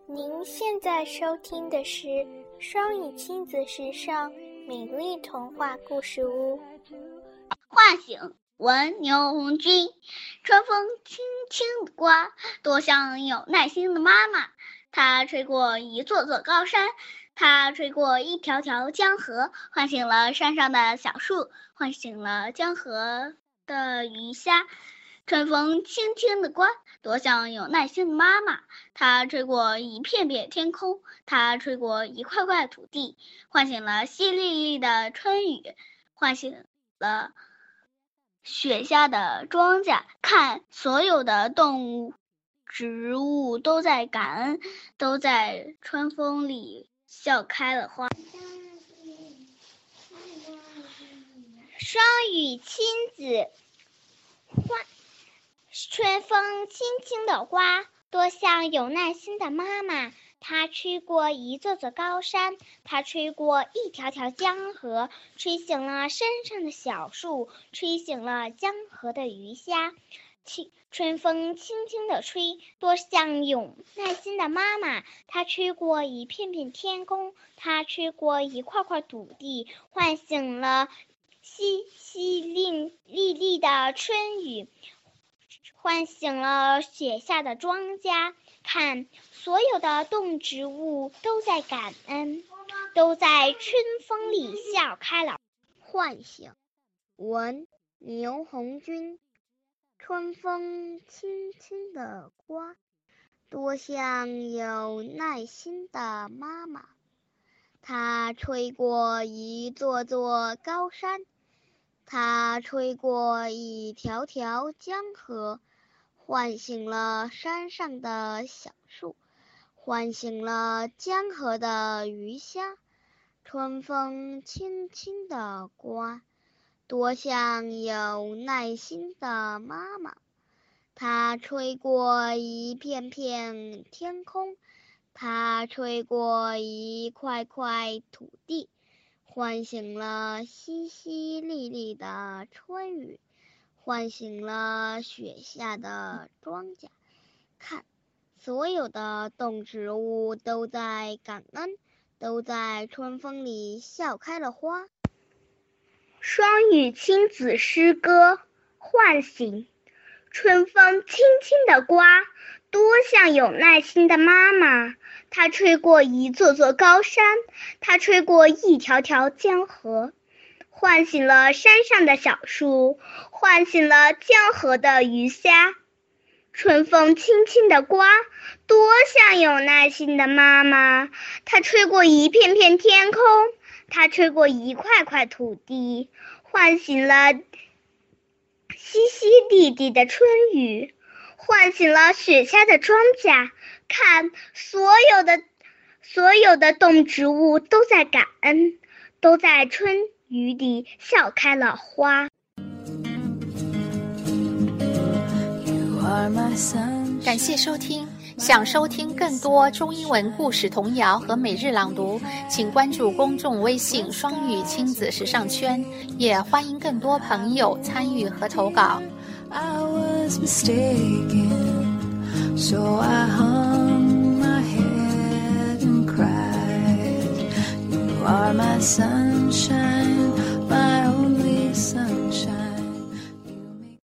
您现在收听的是双语亲子时尚美丽童话故事屋。 唤醒，文牛红军。春风轻轻地刮，多像有耐心的妈妈。它吹过一座座高山，它吹过一条条江河，唤醒了山上的小树，唤醒了江河的鱼虾。春风轻轻地刮，多像有耐心的妈妈。它吹过一片片天空，它吹过一块块土地，唤醒了淅沥沥的春雨，唤醒了雪下的庄稼。看，所有的动物植物都在感恩，都在春风里笑开了花。 双语亲子，春风轻轻地刮，多像有耐心的妈妈。它吹过一座座高山，它吹过一条条江河，吹醒了山上的小树，吹醒了江河的鱼虾。春风轻轻地吹，多像有耐心的妈妈。它吹过一片片天空，它吹过一块块土地，唤醒了淅沥沥的春雨，唤醒了雪下的庄稼。看，所有的动植物都在感恩，都在春风里笑开了。 唤醒，文牛红军。春风轻轻地刮，多像有耐心的妈妈。它吹过一座座高山，它吹过一条条江河，唤醒了山上的小树，唤醒了江河的鱼虾。春风轻轻地刮，多像有耐心的妈妈。它吹过一片片天空，它吹过一块块土地，唤醒了淅淅沥沥的春雨，唤醒了雪下的庄稼。看，所有的动植物都在感恩，都在春风里笑开了花。 双语亲子诗歌，唤醒。春风轻轻地刮，多像有耐心的妈妈。它吹过一座座高山，它吹过一条条江河，唤醒了山上的小树，唤醒了江河的鱼虾。春风轻轻地刮，多像有耐心的妈妈。它吹过一片片天空，它吹过一块块土地，唤醒了淅淅沥沥的春雨，唤醒了雪下的庄稼。看，所有的动植物都在感恩，都在春雨里笑开了花。 感谢收听，想收听更多中英文故事童谣和每日朗读，请关注公众微信双语亲子时尚圈，也欢迎更多朋友参与和投稿。 I was mistaken, so I hung my head and cried. You are my sunshine.